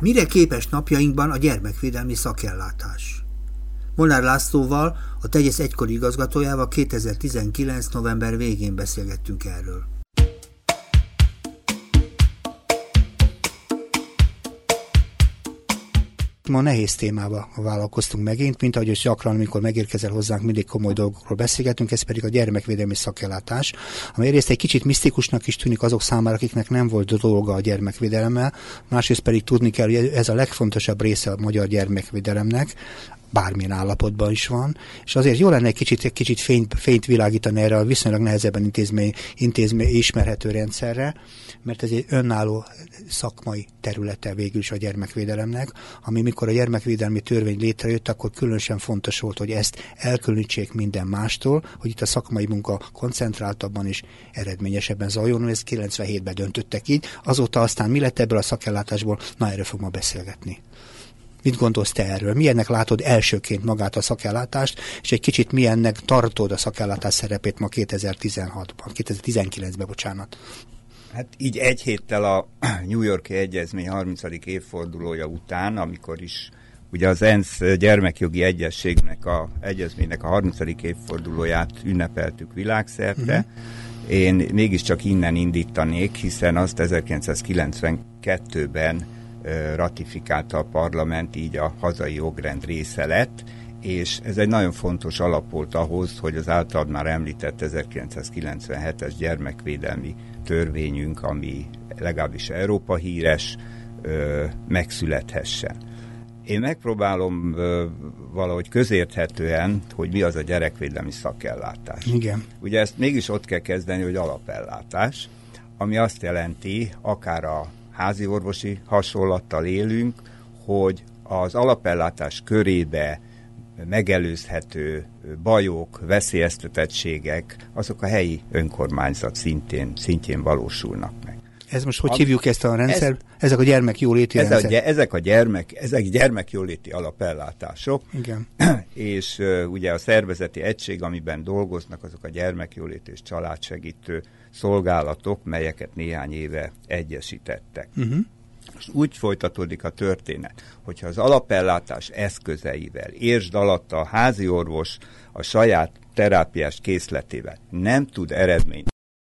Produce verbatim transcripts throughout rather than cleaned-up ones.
Mire képes napjainkban a gyermekvédelmi szakellátás? Molnár Lászlóval, a Tegyesz egykori igazgatójával kétezer-tizenkilenc. november végén beszélgettünk erről. Ma nehéz témába vállalkoztunk megint, mint ahogy gyakran, amikor megérkezel hozzánk, mindig komoly dolgokról beszélgetünk, ez pedig a gyermekvédelmi szakellátás, ami egyrészt egy kicsit misztikusnak is tűnik azok számára, akiknek nem volt dolga a gyermekvédelemmel, másrészt pedig tudni kell, hogy ez a legfontosabb része a magyar gyermekvédelemnek, bármilyen állapotban is van, és azért jó lenne egy kicsit, egy kicsit fényt, fényt világítani erre a viszonylag nehezebben intézmény, intézmény ismerhető rendszerre, mert ez egy önálló szakmai területe végül is a gyermekvédelemnek, ami mikor a gyermekvédelmi törvény létrejött, akkor különösen fontos volt, hogy ezt elkülönítsék minden mástól, hogy itt a szakmai munka koncentráltabban és eredményesebben zajoljon, ezt kilencvenhétben döntöttek így, azóta aztán mi lett ebből a szakellátásból, na erről fog ma beszélgetni. Mit gondolsz te erről? Milyennek látod elsőként magát a szakellátást, és egy kicsit milyennek tartod a szakellátás szerepét ma kétezer-tizenhatban, kétezer-tizenkilencben, bocsánat? Hát így egy héttel a New York-i Egyezmény harmincadik évfordulója után, amikor is ugye az ENSZ gyermekjogi egyezségnek a egyezménynek a harmincadik évfordulóját ünnepeltük világszerte, uh-huh. Én mégiscsak innen indítanék, hiszen azt ezerkilencszázkilencvenkettőben ratifikálta a parlament, így a hazai jogrend része lett, és ez egy nagyon fontos alap volt ahhoz, hogy az általad már említett ezerkilencszázkilencvenhetes gyermekvédelmi törvényünk, ami legalábbis Európa híres, megszülethessen. Én megpróbálom valahogy közérthetően, hogy mi az a gyerekvédelmi szakellátás. Igen. Ugye ezt mégis ott kell kezdeni, hogy alapellátás, ami azt jelenti, akár a házi orvosi hasonlattal élünk, hogy az alapellátás körébe megelőzhető bajok, veszélyeztetettségek, azok a helyi önkormányzat szintén, szintjén valósulnak meg. Ez most hogy a, hívjuk ezt a rendszer? Ez, ezek a gyermekjóléti ez rendszer? A, ezek a gyermek, ezek gyermekjóléti alapellátások, igen. És uh, ugye a szervezeti egység, amiben dolgoznak, azok a gyermekjóléti és családsegítő szolgálatok, melyeket néhány éve egyesítettek. Uh-huh. És úgy folytatódik a történet, hogyha az alapellátás eszközeivel, értsd alatt a házi orvos a saját terápiás készletével nem tud eredményt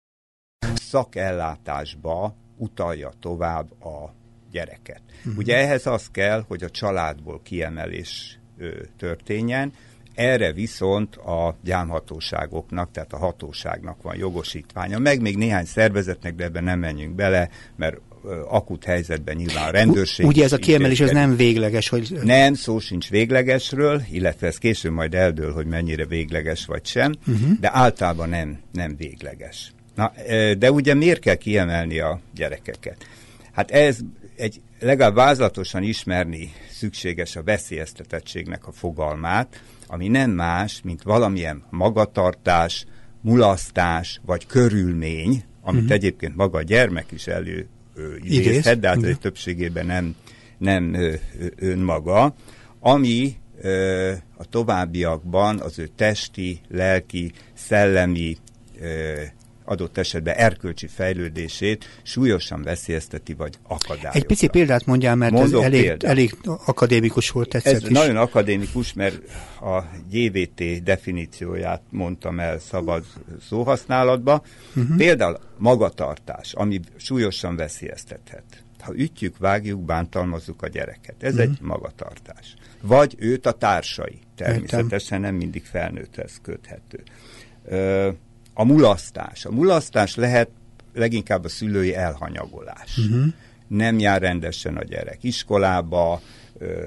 szakellátásba utalja tovább a gyereket. Uh-huh. Ugye ehhez az kell, hogy a családból kiemelés ö, történjen, erre viszont a gyámhatóságoknak, tehát a hatóságnak van jogosítványa, meg még néhány szervezetnek, de ebben nem menjünk bele, mert ö, akut helyzetben nyilván a rendőrség... Ugye ez a kiemelés az nem végleges, hogy... Nem, szó sincs véglegesről, illetve ez később majd eldől, hogy mennyire végleges vagy sem, uh-huh. de általában nem, nem végleges. Na, de ugye miért kell kiemelni a gyerekeket? Hát ez egy legalább vázlatosan ismerni szükséges a veszélyeztetettségnek a fogalmát, ami nem más, mint valamilyen magatartás, mulasztás vagy körülmény, amit uh-huh. egyébként maga a gyermek is előidézhet, de hát uh-huh. többségében nem, nem ö, ö, önmaga, ami ö, a továbbiakban az ő testi, lelki, szellemi ö, adott esetben erkölcsi fejlődését súlyosan veszélyezteti, vagy akadályozza. Egy pici példát mondjál, mert Mondok ez elég, elég akadémikus volt, tetszett Ez is. Nagyon akadémikus, mert a gé vé té definícióját mondtam el szabad szóhasználatba. Uh-huh. Például magatartás, ami súlyosan veszélyeztethet. Ha ütjük, vágjuk, bántalmazzuk a gyereket. Ez uh-huh. egy magatartás. Vagy őt a társai. Természetesen nem mindig felnőtthez köthető. Ö, A mulasztás. A mulasztás lehet leginkább a szülői elhanyagolás. Uh-huh. Nem jár rendesen a gyerek iskolába, ö,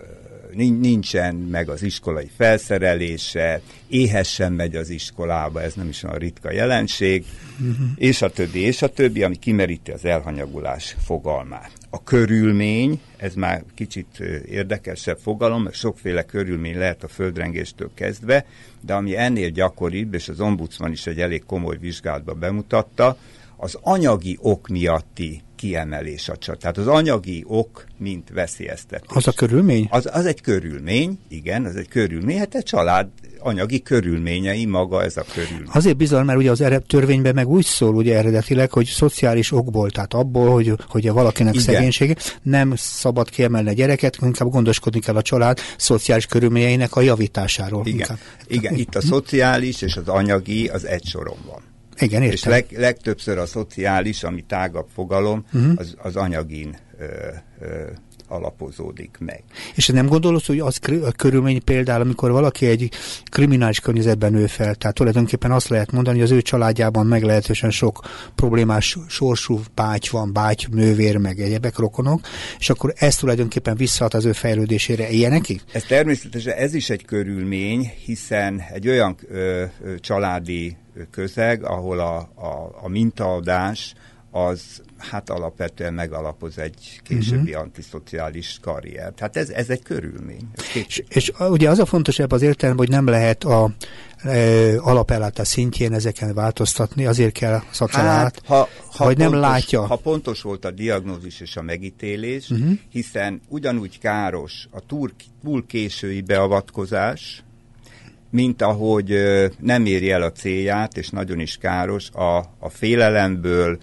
nincsen meg az iskolai felszerelése, éhesen megy az iskolába, ez nem is olyan ritka jelenség, uh-huh. és a többi, és a többi, ami kimeríti az elhanyagolás fogalmát. A körülmény, ez már kicsit érdekesebb fogalom, mert sokféle körülmény lehet a földrengéstől kezdve, de ami ennél gyakoribb, és az ombudsman is egy elég komoly vizsgálatba bemutatta, az anyagi ok miatti kiemelés a csat. Tehát az anyagi ok, mint veszélyeztetés. Az a körülmény? Az, az egy körülmény, igen, az egy körülmény. Hát a család, anyagi körülményei maga ez a körülmény. Azért bizony, mert ugye az erre törvényben meg úgy szól ugye eredetileg, hogy szociális okból, tehát abból, hogy, hogy valakinek igen. szegénysége, nem szabad kiemelni a gyereket, inkább gondoskodni kell a család szociális körülményeinek a javításáról. Igen, inkább. igen. Itt a szociális és az anyagi az egy soron van. Igen, értem. És leg, legtöbbször a szociális, ami tágabb fogalom, uh-huh. az, az anyagin ö, ö, alapozódik meg. És nem gondolod, hogy az a körülmény például, amikor valaki egy kriminális környezetben nő fel, tehát tulajdonképpen azt lehet mondani, hogy az ő családjában meglehetősen sok problémás sorsú báty van, báty, nővér, meg egyebek, rokonok, és akkor ez tulajdonképpen visszahat az ő fejlődésére. Ilyenekig? Ez természetesen ez is egy körülmény, hiszen egy olyan ö, ö, családi közeg, ahol a, a, a mintaadás az hát alapvetően megalapoz egy későbbi uh-huh. antiszociális karriert. Hát ez, ez egy körülmény. Ez és, és ugye az a fontos ebben az értelemben, hogy nem lehet a e, alapellátás szintjén ezeken változtatni, azért kell szakellát, hát, ha, ha vagy pontos, nem látja. Ha pontos volt a diagnózis és a megítélés, uh-huh. hiszen ugyanúgy káros a túl, túl késői beavatkozás, mint ahogy ö, nem éri el a célját, és nagyon is káros a, a félelemből,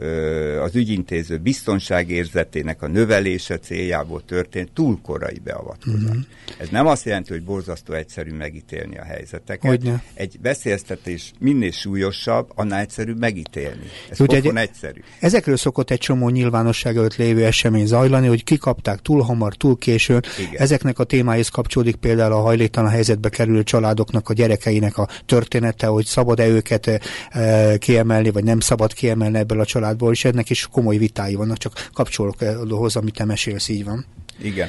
az ügyintéző biztonságérzetének a növelése céljából történt túl korai beavatkozás. Uh-huh. Ez nem azt jelenti, hogy borzasztó egyszerű megítélni a helyzeteket. Hogyne. Egy veszélyeztetés minél súlyosabb, annál egyszerűbb megítélni. Ez fokon egyszerű. Ezekről szokott egy csomó nyilvánosság előtt lévő esemény zajlani, hogy kikapták túl hamar, túl későn. Igen. Ezeknek a témához kapcsolódik például a hajléktalan helyzetbe kerülő családoknak, a gyerekeinek a története, hogy szabad-e őket e, kiemelni, vagy nem szabad kiemelni ebből a családból, és ennek is komoly vitái vannak, csak kapcsolok ahhoz, amit te mesélsz, így van. Igen.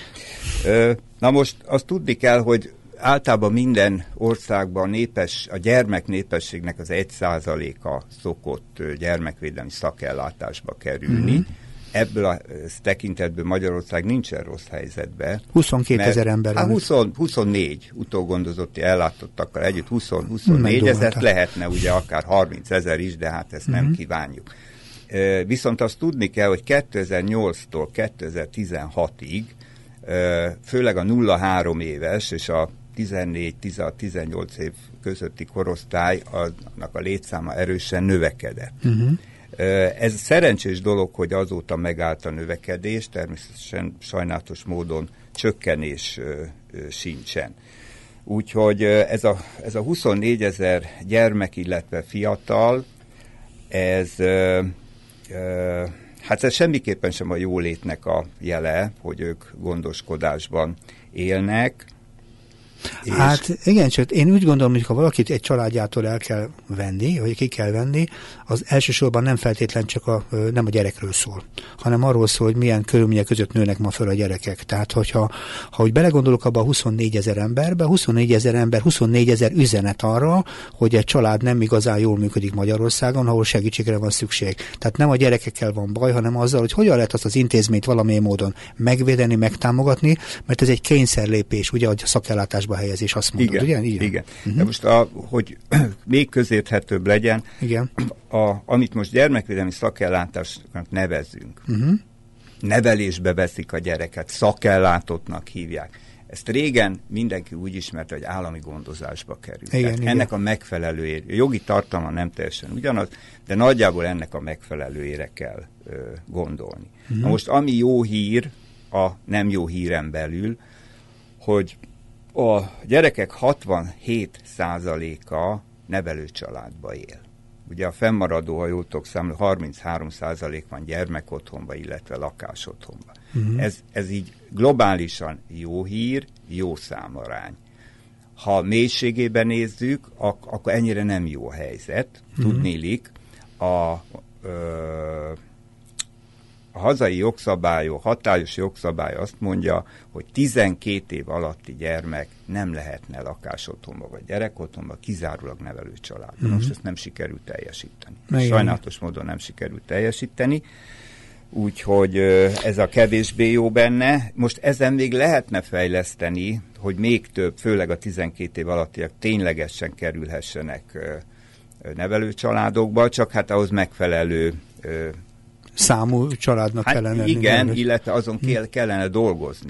Na most azt tudni kell, hogy általában minden országban népes, a gyermek népességnek az egy százaléka szokott gyermekvédelmi szakellátásba kerülni. Uh-huh. Ebből a tekintetből Magyarország nincsen rossz helyzetben. huszonkétezer ember van. húsz, huszonnégy utógondozotti ellátottakkal együtt húsz, huszonnégy ezer, lehetne ugye akár harmincezer is, de hát ezt uh-huh. nem kívánjuk. Viszont azt tudni kell, hogy kétezer-nyolctól kétezer-tizenhatig főleg a nulla három éves és a tizennégy tizenhat-tizennyolc év közötti korosztály annak a létszáma erősen növekedett. Uh-huh. Ez szerencsés dolog, hogy azóta megállt a növekedés, természetesen sajnálatos módon csökkenés sincsen. Úgyhogy ez a, ez a huszonnégy ezer gyermek, illetve fiatal, ez... Hát ez semmiképpen sem a jólétnek a jele, hogy ők gondoskodásban élnek. Hát igen, csak én úgy gondolom, hogy ha valakit egy családjától el kell venni, vagy ki kell venni, az elsősorban nem feltétlen csak a, nem a gyerekről szól, hanem arról szól, hogy milyen körülmények között nőnek ma föl a gyerekek. Tehát, hogyha ha úgy belegondolok abba a huszonnégy ezer emberbe, huszonnégy ezer ember, huszonnégy ezer üzenet arra, hogy egy család nem igazán jól működik Magyarországon, ahol segítségre van szükség. Tehát nem a gyerekekkel van baj, hanem azzal, hogy hogyan lehet azt az intézményt valamilyen módon megvédeni, megtámogatni, mert ez egy kényszerlépés, ugye, hogy a szakellátásba helyezés, azt mondod, igen, ugye? Igen. igen. Uh-huh. De most, a, hogy még közérthetőbb legyen, igen. A, amit most gyermekvédelmi szakellátásnak nevezünk, uh-huh. nevelésbe veszik a gyereket, szakellátottnak hívják. Ezt régen mindenki úgy ismerte, hogy állami gondozásba kerül. Igen, igen. Ennek a megfelelőére, jogi tartalma nem teljesen ugyanaz, de nagyjából ennek a megfelelőére kell ö, gondolni. Uh-huh. Na most ami jó hír, a nem jó híren belül, hogy a gyerekek hatvanhét százaléka nevelőcsaládba él. Ugye a fennmaradó, ha jól tudok számolni, harminchárom százalék van gyermekotthonban, illetve lakásotthonban. Uh-huh. Ez, ez így globálisan jó hír, jó számarány. Ha mélységében nézzük, ak- akkor ennyire nem jó a helyzet. Uh-huh. Tudniillik, a, ö, a hazai jogszabályok, hatályos jogszabály azt mondja, hogy tizenkét év alatti gyermek nem lehetne lakásotthonba vagy gyerekotthonba, kizárólag nevelőcsaládban. Uh-huh. Most ezt nem sikerült teljesíteni. Igen. Sajnálatos módon nem sikerült teljesíteni, úgyhogy ez a kevésbé jó benne. Most ezen még lehetne fejleszteni, hogy még több, főleg a tizenkét év alattiak ténylegesen kerülhessenek nevelőcsaládokba, csak hát ahhoz megfelelő számú családnak hát kellene. Igen, lenni, illetve azon kell, kellene dolgozni.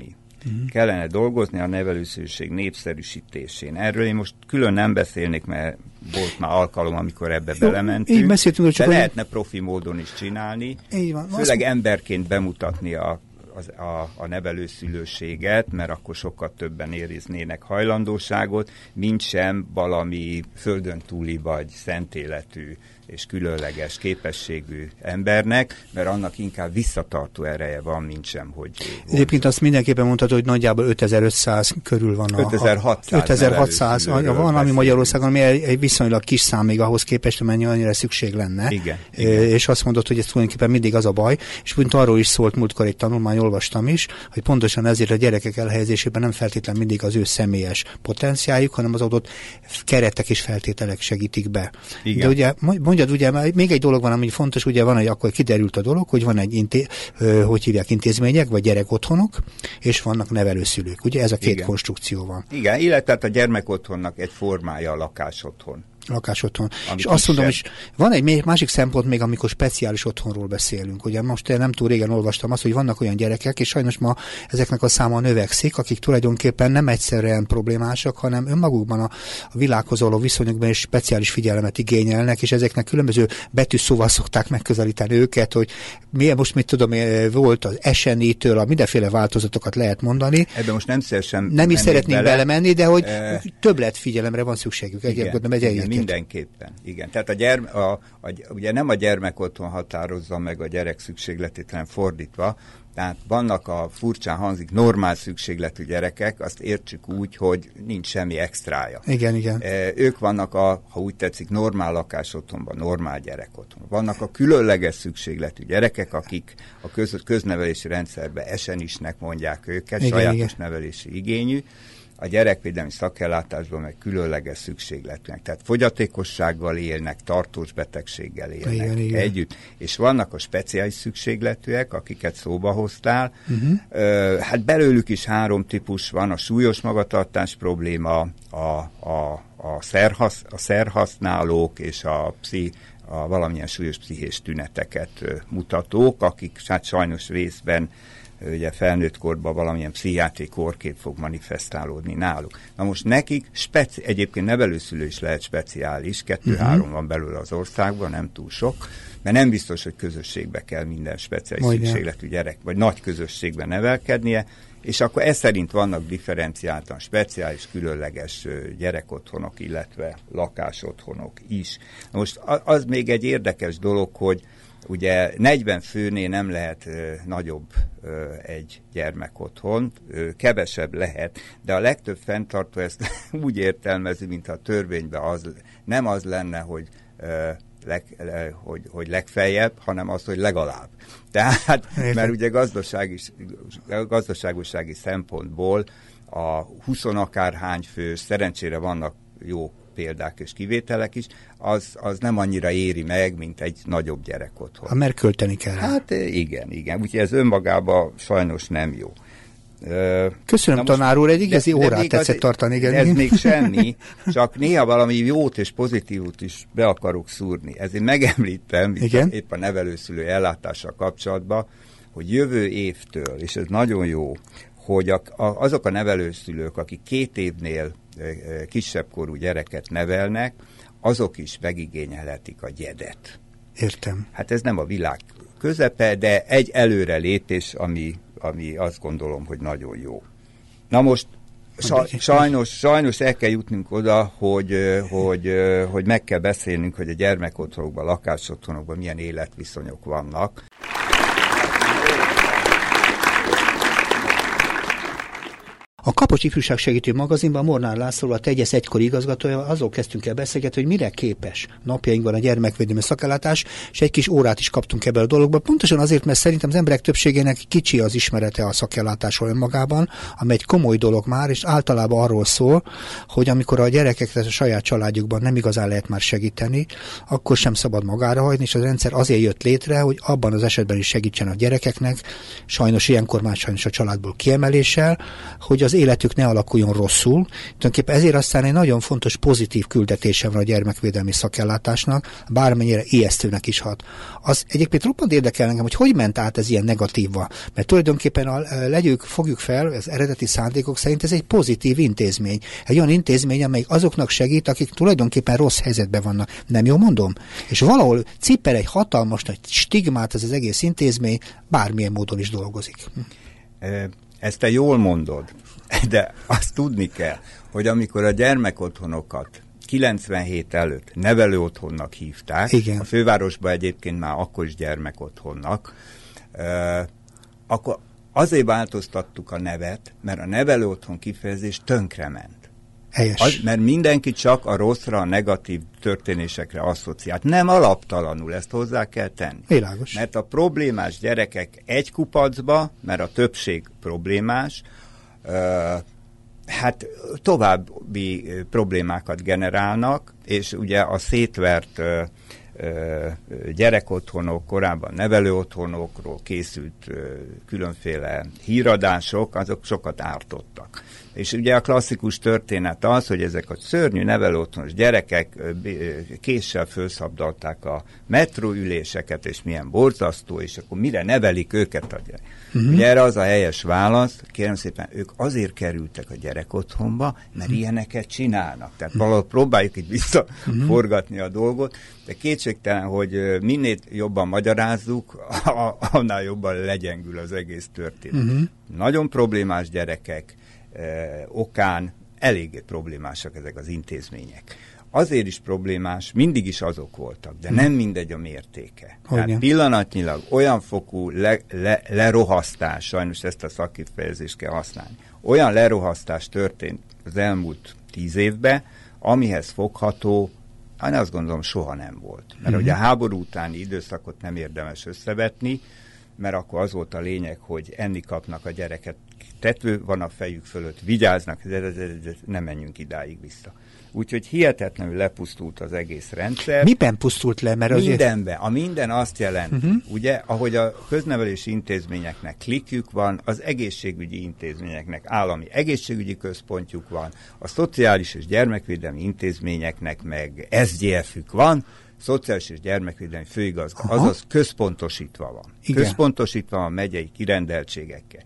Uh-huh. Kellene dolgozni a nevelőszülőség népszerűsítésén. Erről én most külön nem beszélnék, mert volt már alkalom, amikor ebbe Jó, belementünk. Így beszéltünk, de lehetne profi módon is csinálni. Van, főleg azt... emberként bemutatni a Az, a, a nevelőszülőséget, mert akkor sokkal többen ériznének hajlandóságot, mint sem valami földön túli vagy szentéletű és különleges képességű embernek, mert annak inkább visszatartó ereje van, mint sem, hogy... Egyébként azt mindenképpen mondhatod, hogy nagyjából ötezer-ötszáz körül van a... ötezer-hatszáz ötezer-hatszáz van, ami Magyarországon, ami egy viszonylag kis szám még ahhoz képest, amennyi annyira szükség lenne. Igen, e, igen. És azt mondod, hogy ez tulajdonképpen mindig az a baj, és pont arról is szólt múltkor egy tanulmány, olvastam is, hogy pontosan ezért a gyerekek elhelyezésében nem feltétlenül mindig az ő személyes potenciáljuk, hanem az adott keretek és feltételek segítik be. Igen. De ugye mondjad, ugye még egy dolog van, ami fontos, ugye van, hogy akkor kiderült a dolog, hogy van egy inté, hogy hívják, intézmények, vagy gyerekotthonok, és vannak nevelőszülők. Ugye ez a két Igen. konstrukció van. Igen, illetve a gyermekotthonnak egy formája a lakásotthon. lakásotthon. Ami és azt mondom, hogy van egy másik szempont még, amikor speciális otthonról beszélünk. Ugye most nem túl régen olvastam azt, hogy vannak olyan gyerekek, és sajnos ma ezeknek a száma növekszik, akik tulajdonképpen nem egyszerűen problémásak, hanem önmagukban a, a világhoz való viszonyokban is speciális figyelmet igényelnek, és ezeknek különböző betűszóval szokták megközelíteni őket, hogy milyen, most mit tudom, volt az esenítől, a mindenféle változatokat lehet mondani. Ebben most nem szívesen Nem is szeretnénk bele. belemenni, de hogy e... többlet figyelemre van szükségük. Egyébként egy Mindenképpen, igen. Tehát a gyerme, a, a, ugye nem a gyermekotthon határozza meg a gyerek szükségletét, hanem fordítva. Tehát vannak a furcsán hangzik normál szükségletű gyerekek, azt értsük úgy, hogy nincs semmi extrája. Igen, igen. E, ők vannak a, ha úgy tetszik, normál lakásotthonban, normál gyerekotthon. Vannak a különleges szükségletű gyerekek, akik a köz, köznevelési rendszerben esenisnek mondják őket, igen, sajátos igen. nevelési igényű. A gyerekvédelmi szakellátásban meg különleges szükségletűek. Tehát fogyatékossággal élnek, tartós betegséggel élnek igen, együtt. Igen. És vannak a speciális szükségletűek, akiket szóba hoztál. Uh-huh. Ö, hát belőlük is három típus van, a súlyos magatartás probléma, a, a, a, szerhasz, a szerhasználók és a, pszi, a valamilyen súlyos pszichés tüneteket mutatók, akik hát sajnos részben ugye felnőtt korban valamilyen pszichiátri kórkép fog manifestálódni náluk. Na most nekik, speci- egyébként nevelőszülő is lehet speciális, kettő-három uh-huh. van belőle az országban, nem túl sok, mert nem biztos, hogy közösségbe kell minden speciális Olyan. szükségletű gyerek, vagy nagy közösségben nevelkednie, és akkor ez szerint vannak differenciáltan speciális, különleges gyerekotthonok, illetve lakásotthonok is. Na most az még egy érdekes dolog, hogy ugye negyven főnél nem lehet ö, nagyobb ö, egy gyermekotthon, ö, kevesebb lehet, de a legtöbb fenntartó ezt úgy értelmezi, mintha a törvényben az, nem az lenne, hogy, ö, leg, le, hogy, hogy legfeljebb, hanem az, hogy legalább. Tehát, mert ugye gazdasági, gazdaságossági szempontból a huszonakárhány fő, szerencsére vannak jó példák és kivételek is, az, az nem annyira éri meg, mint egy nagyobb gyerek otthon. Ha mert költeni kell. Hát igen, igen. Úgyhogy ez önmagában sajnos nem jó. Köszönöm, most, tanár úr, egy igazi de, órát de tetszett az, tartani. Igen. Ez még semmi, csak néha valami jót és pozitívot is be akarok szúrni. Ezért megemlítem itt épp a nevelőszülő ellátással kapcsolatban, hogy jövő évtől, és ez nagyon jó, hogy a, a, azok a nevelőszülők, akik két évnél kisebb korú gyereket nevelnek, azok is megigényelhetik a gyedet. Értem. Hát ez nem a világ közepe, de egy előrelépés, ami, ami azt gondolom, hogy nagyon jó. Na most sajnos, sajnos el kell jutnunk oda, hogy, hogy, hogy meg kell beszélnünk, hogy a gyermekotthonokban, lakásotthonokban milyen életviszonyok vannak. A Kapocs Ifjúság Segítő Magazinban Molnár László, a Tegyesz egykori igazgatója, azon kezdtünk el beszélgetni, hogy mire képes napjainkban a gyermekvédelmi szakellátás, és egy kis órát is kaptunk ebből a dologba. Pontosan azért, mert szerintem az emberek többségének kicsi az ismerete a szakellátásról önmagában, ami egy komoly dolog már, és általában arról szól, hogy amikor a gyerekeket a saját családjukban nem igazán lehet már segíteni, akkor sem szabad magára hagyni, és az rendszer azért jött létre, hogy abban az esetben is segítsen a gyerekeknek, sajnos ilyenkor már sajnos a családból kiemeléssel, hogy az az életük ne alakuljon rosszul. Tulajdonképpen ezért aztán egy nagyon fontos pozitív küldetése van a gyermekvédelmi szakellátásnak, bármennyire ijesztőnek is hat. Az egyébként roppant érdekel engem, hogy hogy ment át ez ilyen negatívva. Mert tulajdonképpen a, legyük, fogjuk fel, az eredeti szándékok szerint ez egy pozitív intézmény. Egy olyan intézmény, amely azoknak segít, akik tulajdonképpen rossz helyzetben vannak. Nem jól mondom? És valahol cipel egy hatalmas nagy stigmát ez az egész intézmény, bármilyen módon is dolgozik. Ezt te jól mondod, de azt tudni kell, hogy amikor a gyermekotthonokat kilencvenhét előtt nevelőotthonnak hívták, igen. A fővárosban egyébként már akkor is gyermekotthonnak, euh, akkor azért változtattuk a nevet, mert a nevelőotthon kifejezés tönkrement. Az, mert mindenki csak a rosszra, a negatív történésekre asszociált. Nem alaptalanul, ezt hozzá kell tenni. Világos. Mert a problémás gyerekek egy kupacba, mert a többség problémás, uh, hát további uh, problémákat generálnak, és ugye a szétvert uh, uh, gyerekotthonok, korábban nevelőotthonokról készült uh, különféle híradások, azok sokat ártottak. És ugye a klasszikus történet az, hogy ezek a szörnyű nevelőotthonos gyerekek késsel felszabdalták a metróüléseket, és milyen borzasztó, és akkor mire nevelik őket a gyerek. Uh-huh. Ugye erre az a helyes válasz, kérem szépen, ők azért kerültek a gyerekotthonba, mert uh-huh. ilyeneket csinálnak. Tehát uh-huh. valahol próbáljuk itt visszaforgatni uh-huh. a dolgot, de kétségtelen, hogy minél jobban magyarázzuk, annál jobban legyengül az egész történet. Uh-huh. Nagyon problémás gyerekek, Eh, okán eléggé problémásak ezek az intézmények. Azért is problémás, mindig is azok voltak, de nem mindegy a mértéke. Tehát pillanatnyilag olyan fokú le, le, lerohasztás, sajnos ezt a szakkifejezést kell használni, olyan lerohasztás történt az elmúlt tíz évben, amihez fogható, én azt gondolom, soha nem volt. Mert uh-huh. ugye a háború utáni időszakot nem érdemes összevetni, mert akkor az volt a lényeg, hogy enni kapnak a gyereket, tető van a fejük fölött, vigyáznak, de, de, de, de nem menjünk idáig vissza. Úgyhogy hihetetlenül lepusztult az egész rendszer. Miben pusztult le? Mert azért... Mindenben. A minden azt jelenti, uh-huh. ugye, ahogy a köznevelési intézményeknek klikjük van, az egészségügyi intézményeknek állami egészségügyi központjuk van, a szociális és gyermekvédelmi intézményeknek meg es gé ef-ük van, Szociális és Gyermekvédelmi Főigazgató, azaz központosítva van. Igen. Központosítva van megyei kirendeltségekkel.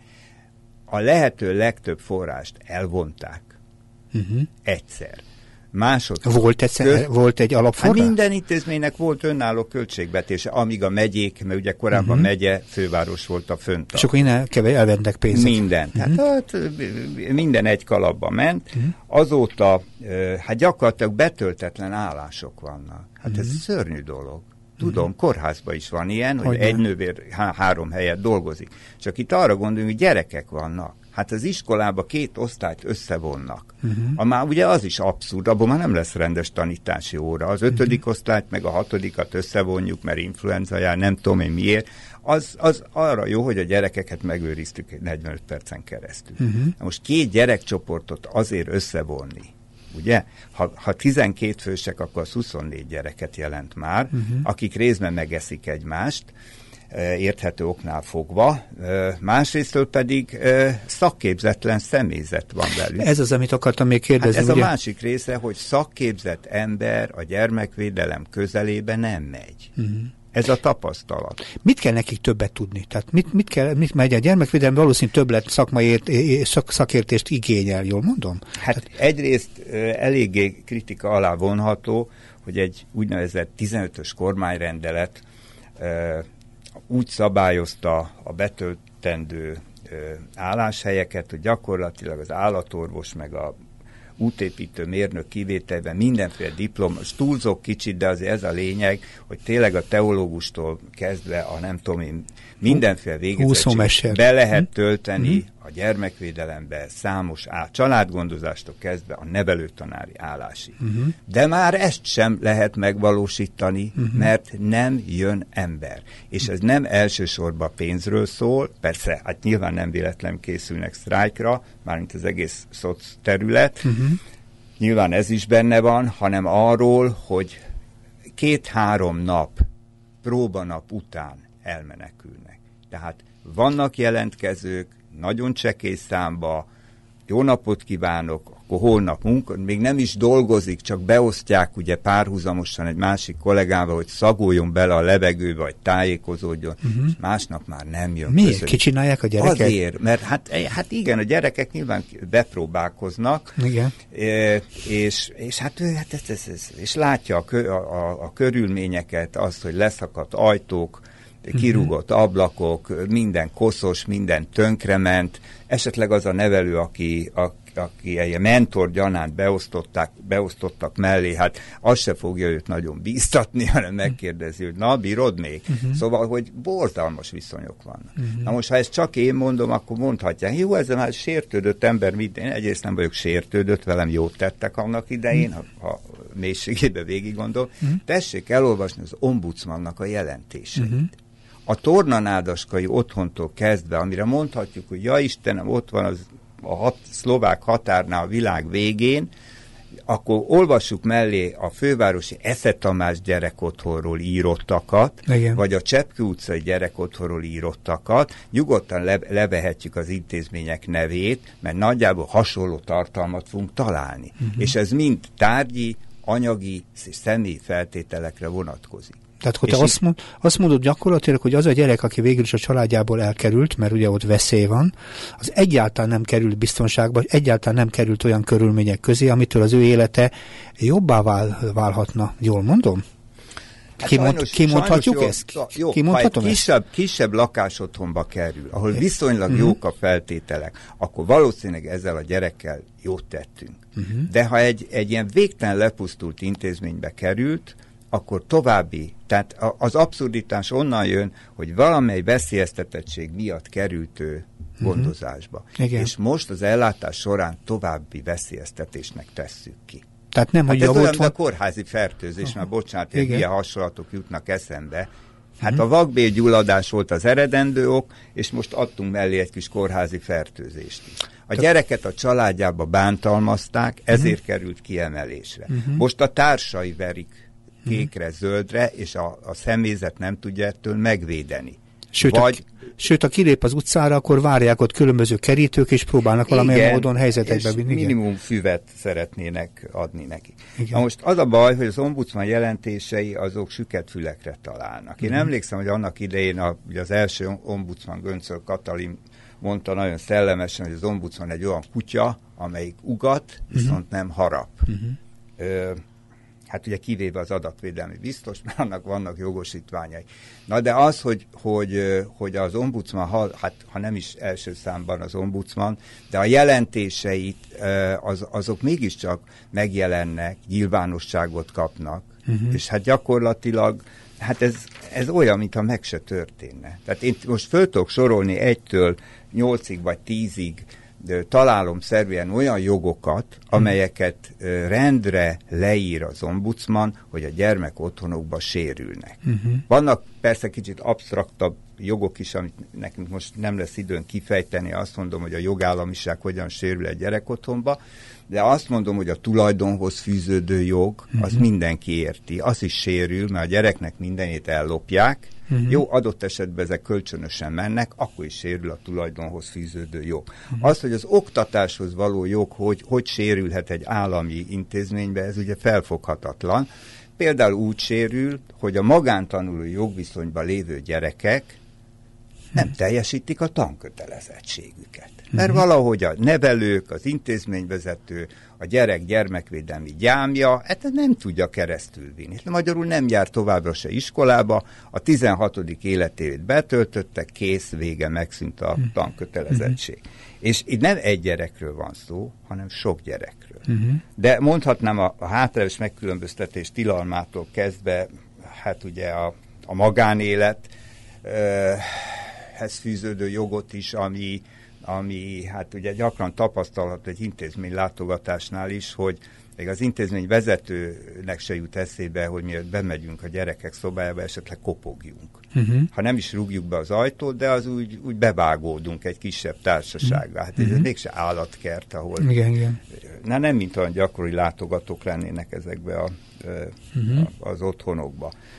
A lehető legtöbb forrást elvonták. Uh-huh. Egyszer. Másodszor. Volt, egyszer, köz... volt egy alapforrás? Hát minden intézménynek volt önálló költségvetése, amíg a megyék, mert ugye korábban uh-huh. megye, főváros volt a föntart. És akkor innen elventek pénzt. Minden. Uh-huh. Hát, hát minden egy kalapba ment. Uh-huh. Azóta hát gyakorlatilag betöltetlen állások vannak. Hát uh-huh. ez szörnyű dolog. Tudom, uh-huh. kórházban is van ilyen, hogy, hogy egy nővér há- három helyet dolgozik. Csak itt arra gondolunk, hogy gyerekek vannak. Hát az iskolába két osztályt összevonnak. Uh-huh. A már ugye az is abszurd, abban már nem lesz rendes tanítási óra. Az ötödik uh-huh. osztályt meg a hatodikat összevonjuk, mert influenza jár, nem tudom én miért. Az, az arra jó, hogy a gyerekeket megőriztük negyvenöt percen keresztül. Uh-huh. Most két gyerekcsoportot azért összevonni, ugye? Ha, ha tizenkét fősek, akkor az huszonnégy gyereket jelent már, uh-huh. akik részben megeszik egymást, érthető oknál fogva, másrésztől pedig szakképzetlen személyzet van velük. Ez az, amit akartam még kérdezni. Hát ez ugye? a másik része, hogy szakképzett ember a gyermekvédelem közelébe nem megy. Uh-huh. Ez a tapasztalat. Mit kell nekik többet tudni? Tehát mit, mit kell, mit megy a gyermekvédelem valószínűleg többlet szakmai ért, szak, szakértést igényel, jól mondom? Hát Tehát... egyrészt eléggé kritika alá vonható, hogy egy úgynevezett tizenötös kormányrendelet úgy szabályozta a betöltendő álláshelyeket, hogy gyakorlatilag az állatorvos meg a útépítő mérnök kivételben mindenféle diplom, túlzok kicsit, de azért ez a lényeg, hogy tényleg a teológustól kezdve a nem tudom én, mindenféle végzettség be lehet tölteni hmm. a gyermekvédelembe számos á, családgondozástól kezdve a nevelőtanári állásig. Hmm. De már ezt sem lehet megvalósítani, hmm. mert nem jön ember. És ez nem elsősorban pénzről szól, persze, hát nyilván nem véletlen készülnek sztrájkra, mármint az egész szoc terület, hmm. nyilván ez is benne van, hanem arról, hogy két-három nap, próbanap után elmenekülnek. Tehát vannak jelentkezők, nagyon csekély számba, jó napot kívánok, akkor holnap munka, még nem is dolgozik, csak beosztják ugye párhuzamosan egy másik kollégával, hogy szagoljon bele a levegőbe, vagy tájékozódjon, uh-huh. és másnap már nem jön. Miért? Ki csinálják a gyerekek? Azért, mert hát, hát igen, a gyerekek nyilván bepróbálkoznak, igen. És, és hát ő hát ez, ez, ez, és látja a, kö, a, a körülményeket, azt, hogy leszakadt ajtók, kirúgott ablakok, minden koszos, minden tönkrement, esetleg az a nevelő, aki, a, aki egy mentor gyanánt beosztották, beosztottak mellé, hát az se fogja őt nagyon bíztatni, hanem megkérdezi, hogy na, bírod még? Uh-huh. Szóval, hogy borzalmas viszonyok vannak. Uh-huh. Na most, ha ezt csak én mondom, akkor mondhatják, jó, ez már sértődött ember, mit, én egyrészt nem vagyok sértődött, velem jót tettek annak idején, uh-huh. ha, ha mélységében végig gondol. Uh-huh. Tessék elolvasni az ombudsmannak a jelentéseit. Uh-huh. A tornanádaskai otthontól kezdve, amire mondhatjuk, hogy ja Istenem, ott van az, a hat, szlovák határnál a világ végén, akkor olvassuk mellé a fővárosi Esze Tamás gyerekotthonról írottakat, igen. vagy a Csepkő utcai gyerekotthonról írottakat, nyugodtan le, levehetjük az intézmények nevét, mert nagyjából hasonló tartalmat fogunk találni. Uh-huh. És ez mind tárgyi, anyagi és személyi feltételekre vonatkozik. Tehát, hogy te azt, mond, azt mondod gyakorlatilag, hogy az a gyerek, aki végül is a családjából elkerült, mert ugye ott veszély van, az egyáltalán nem került biztonságba, egyáltalán nem került olyan körülmények közé, amitől az ő élete jobbá vál, válhatna. Jól mondom? Hát Kimond, sajnos, kimondhatjuk sajnos ezt? Jó, jó, Kimondhatom ha egy kisebb, ezt? kisebb lakásotthonba kerül, ahol viszonylag uh-huh. jók a feltételek, akkor valószínűleg ezzel a gyerekkel jót tettünk. Uh-huh. De ha egy, egy ilyen végtelen lepusztult intézménybe került, akkor további, tehát az abszurditás onnan jön, hogy valamely veszélyeztetettség miatt került ő gondozásba. Uh-huh. És most az ellátás során további veszélyeztetésnek tesszük ki. Tehát nem, hát hogy ez olyan, van... a kórházi fertőzés, uh-huh. már bocsánat, hogy ilyen hasonlatok jutnak eszembe. Hát uh-huh. a vakbélgyulladás volt az eredendő ok, és most adtunk mellé egy kis kórházi fertőzést is. A gyereket a családjába bántalmazták, ezért uh-huh. került kiemelésre. Uh-huh. Most a társai verik kékre, zöldre, és a, a személyzet nem tudja ettől megvédeni. Sőt, Vagy, a, sőt, ha kilép az utcára, akkor várják ott különböző kerítők, és próbálnak valamilyen módon helyzetekbe vinni. minimum füvet szeretnének adni neki. Igen. Na most az a baj, hogy az ombudsman jelentései azok süket fülekre találnak. Én mm. emlékszem, hogy annak idején a, az első ombudsman Göncöl Katalin mondta nagyon szellemesen, hogy az ombudsman egy olyan kutya, amelyik ugat, viszont mm. nem harap. Mm-hmm. Ö, Hát ugye kivéve az adatvédelmi biztos, mert annak vannak jogosítványai. Na de az, hogy, hogy, hogy az ombudsman, hát ha nem is első számban az ombudsman, de a jelentéseit az, azok mégiscsak megjelennek, nyilvánosságot kapnak, uh-huh. és hát gyakorlatilag hát ez, ez olyan, mintha meg se történne. Tehát én most föl tudok sorolni egytől nyolcig vagy tízig találom szerűen olyan jogokat, amelyeket rendre leír az ombudsman, hogy a gyermek otthonokba sérülnek. Uh-huh. Vannak persze kicsit absztraktabb jogok is, amit nekünk most nem lesz időn kifejteni, azt mondom, hogy a jogállamiság hogyan sérül egy gyerekotthonba, de azt mondom, hogy a tulajdonhoz fűződő jog, uh-huh. az mindenki érti. Az is sérül, mert a gyereknek mindenét ellopják. Uh-huh. Jó, adott esetben ezek kölcsönösen mennek, akkor is sérül a tulajdonhoz fűződő jog. Uh-huh. Az, hogy az oktatáshoz való jog, hogy, hogy sérülhet egy állami intézménybe, ez ugye felfoghatatlan. Például úgy sérül, hogy a magántanuló jogviszonyban lévő gyerekek nem teljesítik a tankötelezettségüket. Mert uh-huh. valahogy a nevelők, az intézményvezető, a gyerek gyermekvédelmi gyámja, hát nem tudja keresztülvinni. Magyarul nem jár továbbra se iskolába, a tizenhatodik életévét betöltötte, kész, vége, megszűnt a uh-huh. tankötelezettség. Uh-huh. És itt nem egy gyerekről van szó, hanem sok gyerekről. Uh-huh. De mondhatnám a, a hátrányos megkülönböztetés tilalmától kezdve, hát ugye a, a magánélet, hez fűződő jogot is, ami, ami hát ugye gyakran tapasztalható egy intézmény látogatásnál is, hogy még az intézmény vezetőnek se jut eszébe, hogy mielőtt bemegyünk a gyerekek szobájába, esetleg kopogjunk. Uh-huh. Ha nem is rúgjuk be az ajtót, de az úgy, úgy bevágódunk egy kisebb társaságba. Hát uh-huh. ez mégse állatkert, ahol... Igen, igen. Na nem, mint olyan gyakori látogatók lennének ezekbe a, uh-huh. a, az otthonokba.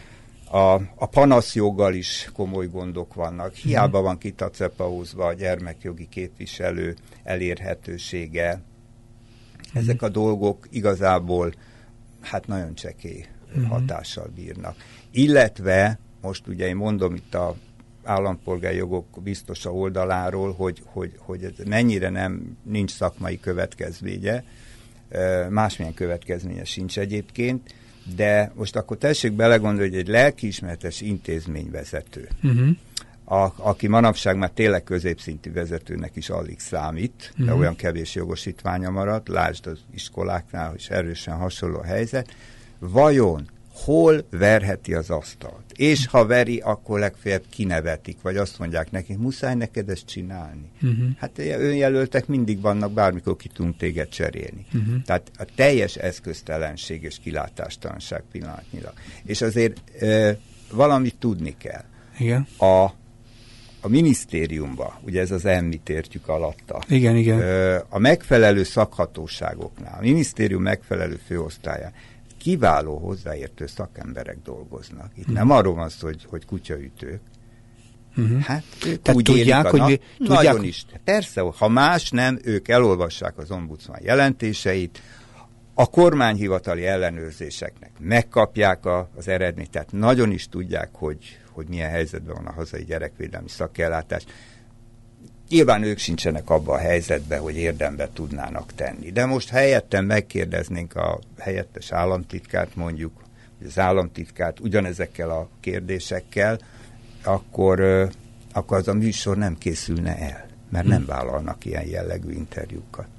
A, a panaszjoggal is komoly gondok vannak. Hiába van kitacepauzva a gyermekjogi képviselő elérhetősége. Ezek a dolgok igazából hát nagyon csekély hatással bírnak. Illetve, most ugye én mondom itt a állampolgári jogok biztosa oldaláról, hogy, hogy, hogy ez mennyire nem nincs szakmai következménye, másmilyen következménye sincs egyébként, de most akkor tessék belegondolni, hogy egy lelkiismeretes intézményvezető, uh-huh. a, aki manapság már tényleg középszintű vezetőnek is alig számít, uh-huh. de olyan kevés jogosítványa maradt, lásd az iskoláknál, hogy erősen hasonló a helyzet, vajon hol verheti az asztalt? És ha veri, akkor legfeljebb kinevetik, vagy azt mondják neki, muszáj neked ezt csinálni. Uh-huh. Hát önjelöltek mindig vannak, bármikor ki tudunk téged cserélni. Uh-huh. Tehát a teljes eszköztelenség és kilátástalanság pillanatnyilag. És azért e, valamit tudni kell. Igen. A, a minisztériumban, ugye ez az emmit értjük alatta. Igen, igen. E, a megfelelő szakhatóságoknál, a minisztérium megfelelő főosztályán kiváló hozzáértő szakemberek dolgoznak. Itt uh-huh. nem arról van szó, hogy, hogy kutyaütők. Uh-huh. Hát ők Tehát úgy tudják, élik hogy a mi, nap, tudják, nagyon is. Persze, ha más nem, ők elolvassák az ombudsman jelentéseit, a kormányhivatali ellenőrzéseknek megkapják a, az eredményt, tehát nagyon is tudják, hogy, hogy milyen helyzetben van a hazai gyerekvédelmi szakellátás. Nyilván ők sincsenek abban a helyzetben, hogy érdembe tudnának tenni. De most helyettem megkérdeznénk a helyettes államtitkárt, mondjuk, hogy az államtitkárt ugyanezekkel a kérdésekkel, akkor, akkor az a műsor nem készülne el, mert nem vállalnak ilyen jellegű interjúkat.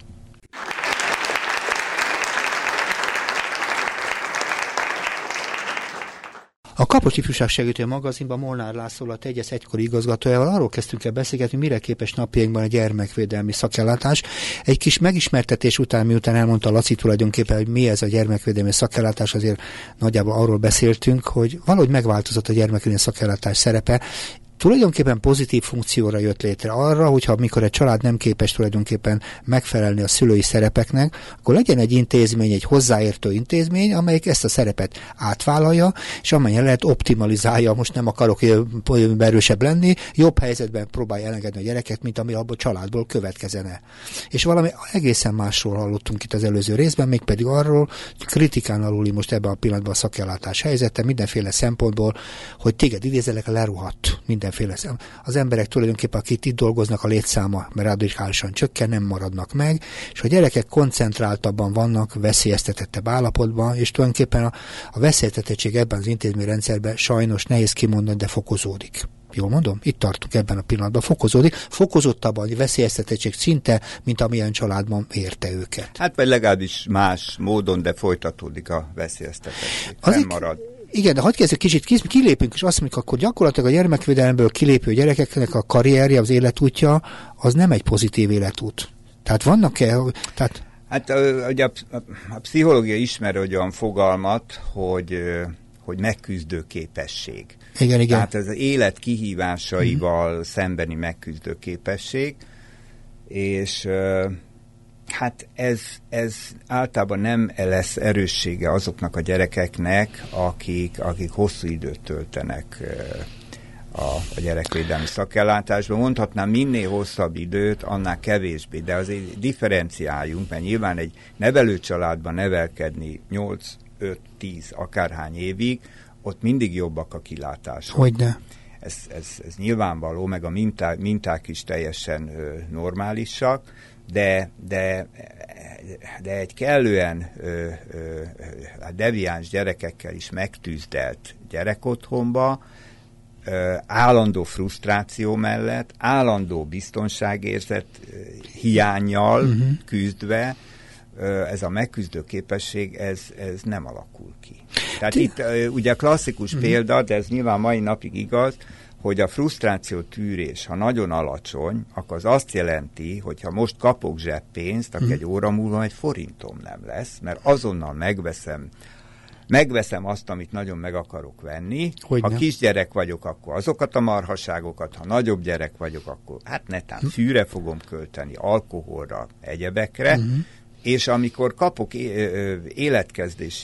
A Kapocs Ifjúság Segítő magazinban Molnár László, a Tegyesz egykori igazgatójával arról kezdtünk el beszélgetni, mire képes napjainkban a gyermekvédelmi szakellátás. Egy kis megismertetés után, miután elmondta Laci tulajdonképpen, hogy mi ez a gyermekvédelmi szakellátás, azért nagyjából arról beszéltünk, hogy valahogy megváltozott a gyermekvédelmi szakellátás szerepe. Tulajdonképpen pozitív funkcióra jött létre arra, hogyha amikor egy család nem képes tulajdonképpen megfelelni a szülői szerepeknek, akkor legyen egy intézmény, egy hozzáértő intézmény, amelyik ezt a szerepet átvállalja, és amelyen lehet optimalizálja, most nem akarok erősebb lenni, jobb helyzetben próbálja elengedni a gyereket, mint ami abból a családból következene. És valami egészen másról hallottunk itt az előző részben, mégpedig arról, kritikán aluli most ebben a pillanatban a szakellátás helyzete, mindenféle szempontból, hogy téged idézelek, leruhadt minden mindenféle. Az emberek tulajdonképpen, akik itt dolgoznak, a létszáma radikálisan csökken, nem maradnak meg, és a gyerekek koncentráltabban vannak, veszélyeztetettebb állapotban, és tulajdonképpen a, a veszélyeztetettség ebben az intézményrendszerben sajnos nehéz kimondani, de fokozódik. Jól mondom? Itt tartunk ebben a pillanatban. Fokozódik. Fokozottabban a veszélyeztetettség szinte, mint amilyen családban érte őket. Hát vagy legalábbis más módon, de folytatódik a veszélyeztetettség. Nem marad. Igen, de hadd kezdjük kicsit, kilépünk, és azt mondjuk, akkor gyakorlatilag a gyermekvédelemből kilépő gyerekeknek a karrierje, az életútja, az nem egy pozitív életút. Tehát vannak-e... Tehát... Hát ugye a, a, a pszichológia ismer egy olyan fogalmat, hogy, hogy megküzdő képesség. Igen, igen. Tehát ez az élet kihívásaival mm. szembeni megküzdő képesség, és... Hát ez, ez általában nem lesz erőssége azoknak a gyerekeknek, akik, akik hosszú időt töltenek a, a gyerekvédelmi szakellátásban. Mondhatnám, minél hosszabb időt, annál kevésbé, de azért differenciáljunk, mert nyilván egy nevelőcsaládban nevelkedni nyolc, öt, tíz, akárhány évig, ott mindig jobbak a kilátások. Hogyne. Ez, ez, ez nyilvánvaló, meg a minták, minták is teljesen ö, normálisak, De, de, de egy kellően ö, ö, deviáns gyerekekkel is megtűzdelt gyerekotthonba, ö, állandó frusztráció mellett, állandó biztonságérzet ö, hiánnyal uh-huh. küzdve, ö, ez a megküzdő képesség, ez, ez nem alakul ki. Tehát Ti... itt ö, ugye klasszikus uh-huh. példa, de ez nyilván mai napig igaz, hogy a frusztráció tűrés, ha nagyon alacsony, akkor az azt jelenti, hogy ha most kapok zseppénzt, akkor mm. egy óra múlva egy forintom nem lesz, mert azonnal megveszem, megveszem azt, amit nagyon meg akarok venni. Hogyne. Ha kisgyerek vagyok, akkor azokat a marhaságokat, ha nagyobb gyerek vagyok, akkor hát netán mm. fűre fogom költeni, alkoholra, egyebekre, mm. és amikor kapok életkezdési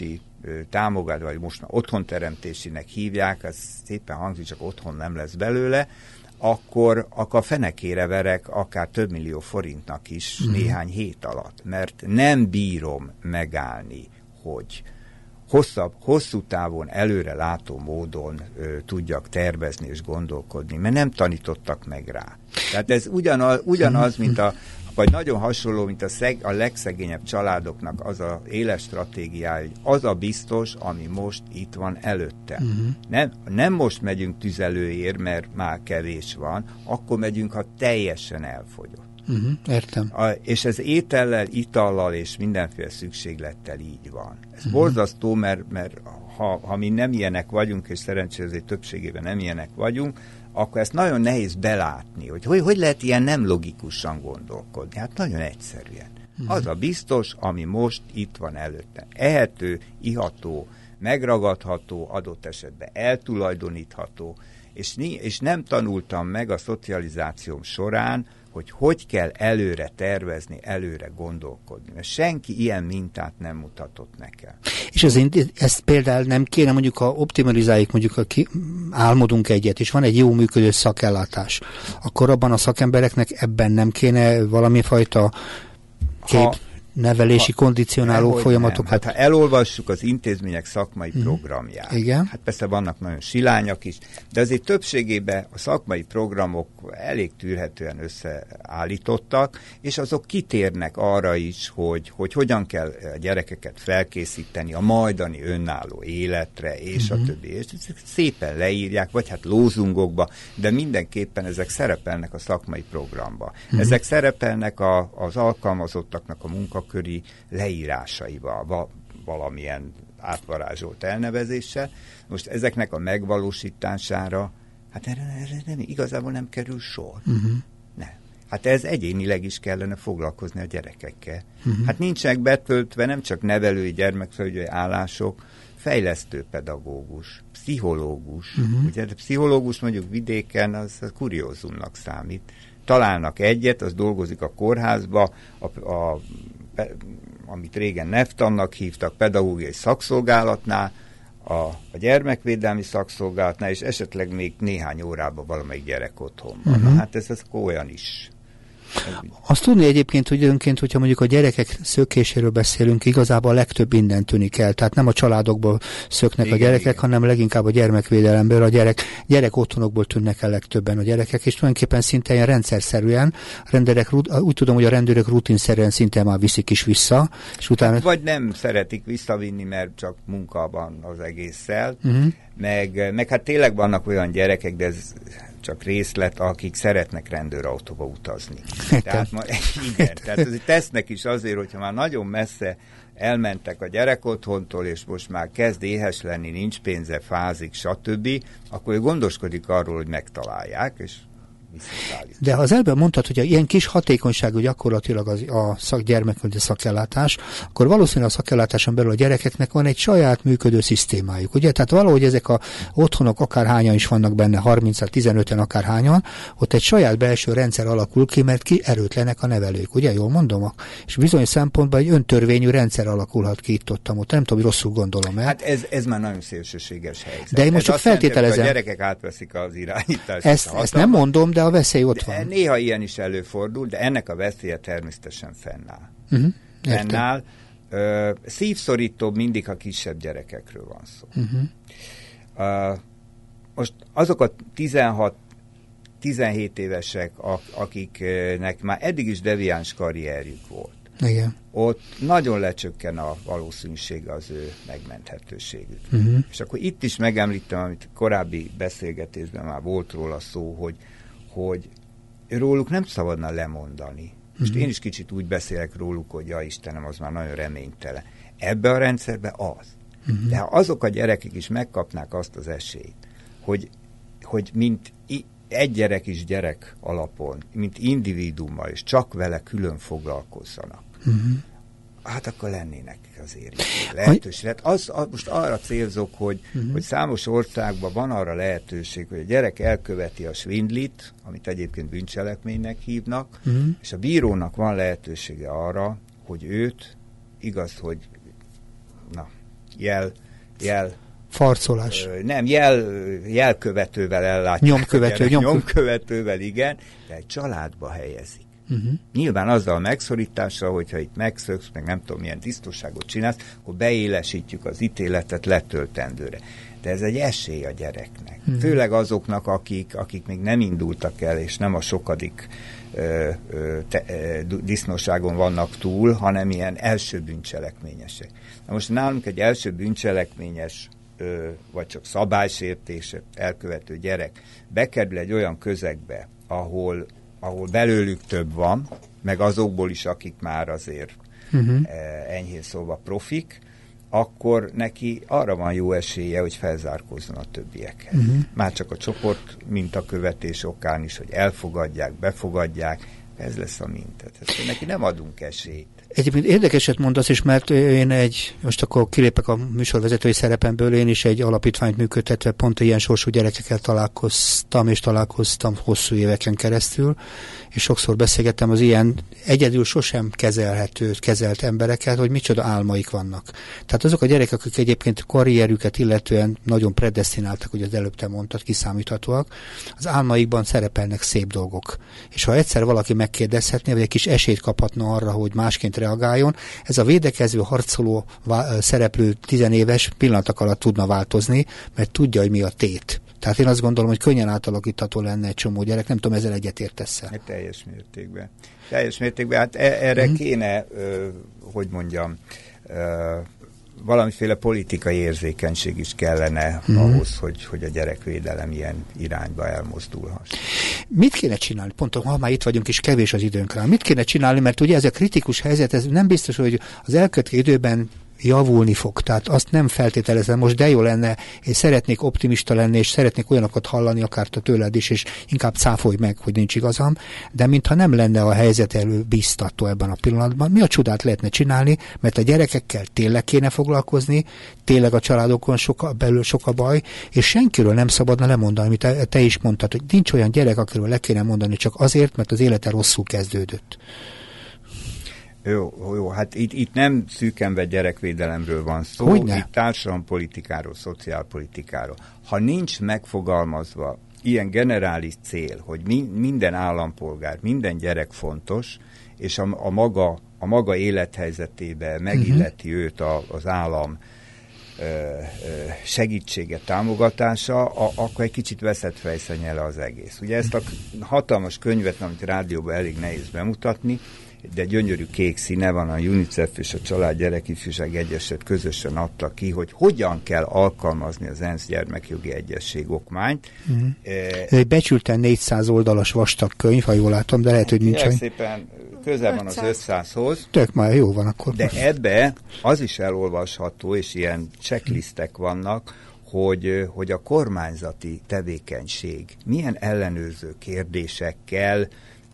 támogat, vagy most már otthonteremtésének hívják, az szépen hangzik, csak otthon nem lesz belőle, akkor, akkor a fenekére verek akár több millió forintnak is mm. néhány hét alatt, mert nem bírom megállni, hogy hosszabb, hosszú távon előre látó módon ö, tudjak tervezni és gondolkodni, mert nem tanítottak meg rá. Tehát ez ugyanaz, ugyanaz mint a, vagy nagyon hasonló, mint a, szeg, a legszegényebb családoknak az a éles stratégiája, hogy az a biztos, ami most itt van előtte. Uh-huh. Nem, nem most megyünk tüzelőért, mert már kevés van, akkor megyünk, ha teljesen elfogyott. Uh-huh, értem. A, és ez étellel, itallal és mindenféle szükséglettel így van. Ez uh-huh. borzasztó, mert, mert ha, ha mi nem ilyenek vagyunk, és szerencsére azért többségében nem ilyenek vagyunk, akkor ezt nagyon nehéz belátni, hogy hogy, hogy lehet ilyen nem logikusan gondolkodni. Hát nagyon egyszerűen. Uh-huh. Az a biztos, ami most itt van előtte. Ehető, iható, megragadható, adott esetben eltulajdonítható, és, és nem tanultam meg a szocializációm során, hogy hogy kell előre tervezni, előre gondolkodni. Mert senki ilyen mintát nem mutatott nekem. És azért ezt például nem kéne, mondjuk, ha optimalizáljuk, mondjuk, ha ki, álmodunk egyet, és van egy jó működő szakellátás, akkor abban a szakembereknek ebben nem kéne valami fajta kép... Ha, nevelési, ha, kondicionáló folyamatokat. Hát ha elolvassuk az intézmények szakmai mm. programját, igen. Hát persze vannak nagyon silányak is, de azért többségében a szakmai programok elég tűrhetően összeállítottak, és azok kitérnek arra is, hogy, hogy hogyan kell a gyerekeket felkészíteni a majdani önálló életre, és mm. a többi. És szépen leírják, vagy hát lózungokba, de mindenképpen ezek szerepelnek a szakmai programba. Mm. Ezek szerepelnek a, az alkalmazottaknak a munka köri leírásaival, va, valamilyen átvarázsolt elnevezéssel. Most ezeknek a megvalósítására, hát erre, erre nem, igazából nem kerül sor. Uh-huh. Nem. Hát ez egyénileg is kellene foglalkozni a gyerekekkel. Uh-huh. Hát nincsenek betöltve nem csak nevelői, gyermekfelügyelői állások, fejlesztő pedagógus, pszichológus. Uh-huh. Ugye a pszichológus mondjuk vidéken az, az kuriózumnak számít. Találnak egyet, az dolgozik a kórházba, a, a amit régen neftannak hívtak, pedagógiai szakszolgálatnál, a, a gyermekvédelmi szakszolgálatnál, és esetleg még néhány órában valamelyik gyerek otthon van. Uh-huh. Na, hát ez, ez olyan is. Azt tudni egyébként, hogy önként, hogyha mondjuk a gyerekek szökéséről beszélünk, igazából a legtöbb innen tűnik el. Tehát nem a családokból szöknek igen, a gyerekek, igen. hanem leginkább a gyermekvédelemből, a gyerek, gyerek otthonokból tűnnek el legtöbben a gyerekek, és tulajdonképpen szinte ilyen rendszerszerűen, renderek, úgy tudom, hogy a rendőrök rutinszerűen szinte már viszik is vissza, és utána... Vagy nem szeretik visszavinni, mert csak munka van az egésszel, uh-huh. meg, meg hát tényleg vannak olyan gyerekek, de ez csak részlet, akik szeretnek rendőrautóba utazni. Tehát, ma, igen, tehát azért tesznek is azért, hogyha már nagyon messze elmentek a gyerekotthontól, és most már kezd éhes lenni, nincs pénze, fázik, stb., akkor ő gondoskodik arról, hogy megtalálják, és de ha az előbb mondtad, hogy ilyen kis hatékonyságú gyakorlatilag az, a szakgyermekvédelmi szakellátás, akkor valószínűleg a szakellátáson belül a gyerekeknek van egy saját működő szisztémájuk, ugye? Tehát valahogy ezek a otthonok akárhányan is vannak benne, harminc, tizenöten akárhányan, ott egy saját belső rendszer alakul ki, mert ki erőtlenek a nevelők, ugye? Jól mondom? És bizonyos szempontból egy öntörvényű rendszer alakulhat ki itt ott, ott. Nem tudom, hogy rosszul gondolom el. Hát ez, ez már nagyon szélsőséges helyzet. De én most csak feltételezem. A gyerekek átveszik az irányítást. Ezt, ezt nem mondom, de a veszély ott van. De néha ilyen is előfordul, de ennek a veszélye természetesen fennáll. Uh-huh. Fennáll. Ö, szívszorítóbb mindig, ha kisebb gyerekekről van szó. Uh-huh. Ö, most azok a tizenhat tizenhét évesek, akiknek már eddig is deviáns karrierjük volt, igen. ott nagyon lecsökken a valószínűsége az ő megmenthetőségük. Uh-huh. És akkor itt is megemlítem, amit korábbi beszélgetésben már volt róla szó, hogy hogy róluk nem szabadna lemondani. Most uh-huh. én is kicsit úgy beszélek róluk, hogy ja Istenem, az már nagyon reménytelen. Ebbe a rendszerbe az. Uh-huh. De ha azok a gyerekek is megkapnák azt az esélyt, hogy, hogy mint egy gyerek is gyerek alapon, mint individuummal, és csak vele külön foglalkozzanak, uh-huh. hát akkor lennének azért lehetőség. Az, az, most arra célzok, hogy, uh-huh. hogy számos országban van arra lehetőség, hogy a gyerek elköveti a svindlit, amit egyébként bűncselekménynek hívnak, uh-huh. és a bírónak van lehetősége arra, hogy őt, igaz, hogy na, jel, jel farcolás. Nem, jel, jelkövetővel ellátják. Nyomkövető, nyomkövető. Nyomkövetővel, igen, de egy családba helyezik. Uh-huh. Nyilván azzal a megszorítással, hogyha itt megszöksz, meg nem tudom, milyen tisztóságot csinálsz, akkor beélesítjük az ítéletet letöltendőre. De ez egy esély a gyereknek. Uh-huh. Főleg azoknak, akik, akik még nem indultak el, és nem a sokadik ö, ö, te, ö, disznóságon vannak túl, hanem ilyen első bűncselekményesek. Na most nálunk egy első bűncselekményes ö, vagy csak szabálysértés elkövető gyerek bekerül egy olyan közegbe, ahol ahol belőlük több van, meg azokból is, akik már azért uh-huh. enyhén szóval profik, akkor neki arra van jó esélye, hogy felzárkózzon a többiekhez. Uh-huh. Már csak a csoport mintakövetés okán is, hogy elfogadják, befogadják, ez lesz a minta. Tehát neki nem adunk esélyt. Egyébként érdekeset mondasz is, mert én egy, most akkor kilépek a műsorvezetői szerepemből, én is egy alapítványt működtetve pont ilyen sorsú gyerekekkel találkoztam, és találkoztam hosszú éveken keresztül, és sokszor beszélgettem az ilyen egyedül sosem kezelhető, kezelt embereket, hogy micsoda álmaik vannak. Tehát azok a gyerekek, akik egyébként karrierüket illetően nagyon predesztináltak, hogy az előbb te mondtad, kiszámíthatóak, az álmaikban szerepelnek szép dolgok. És ha egyszer valaki megkérdezhetné, vagy egy kis esélyt kaphatna arra, hogy másként reagáljon, ez a védekező, harcoló szereplő tizenéves pillanatok alatt tudna változni, mert tudja, hogy mi a tét. Tehát én azt gondolom, hogy könnyen átalakítható lenne egy csomó gyerek, nem tudom, ezzel egyetértesz-e. Hát teljes mértékben. Teljes mértékben, hát erre mm. kéne, ö, hogy mondjam, ö, valamiféle politikai érzékenység is kellene mm. ahhoz, hogy, hogy a gyerekvédelem ilyen irányba elmozdulhass. Mit kéne csinálni? Pont, ha már itt vagyunk, és kevés az időnk rá. Mit kéne csinálni? Mert ugye ez a kritikus helyzet, ez nem biztos, hogy az elkövetkező időben javulni fog. Tehát azt nem feltételezem most, de jó lenne, és szeretnék optimista lenni, és szeretnék olyanokat hallani, akár tőled is, és inkább cáfolj meg, hogy nincs igazam, de mintha nem lenne a helyzet elő biztató ebben a pillanatban. Mi a csodát lehetne csinálni, mert a gyerekekkel tényleg kéne foglalkozni, tényleg a családokon soka, belül sok a baj, és senkiről nem szabadna lemondani, amit te, te is mondtad, hogy nincs olyan gyerek, akiről le kéne mondani csak azért, mert az élete rosszul kezdődött. Jó, jó, hát itt, itt nem szűkenve gyerekvédelemről van szó, Hogyne? Itt társadalompolitikáról, szociálpolitikáról. Ha nincs megfogalmazva ilyen generális cél, hogy mi, minden állampolgár, minden gyerek fontos, és a, a, maga, a maga élethelyzetében megilleti uh-huh. őt a, az állam ö, ö, segítsége, támogatása, a, akkor egy kicsit veszett fejszennyele az egész. Ugye ezt a hatalmas könyvet, amit rádióban elég nehéz bemutatni, de gyönyörű kék színe van, a UNICEF és a Család Gyerekifjúság Egyesület közösen adta ki, hogy hogyan kell alkalmazni az ENSZ gyermekjogi egyezség okmányt. Mm. Ez egy becsülten négyszáz oldalas vastag könyv, ha jól látom, de lehet, hogy nincs. Ilyen szépen közel van az ötszázhoz. Tök már jó van akkor. De ebbe az is elolvasható, és ilyen checklistek vannak, hogy, hogy a kormányzati tevékenység milyen ellenőrző kérdésekkel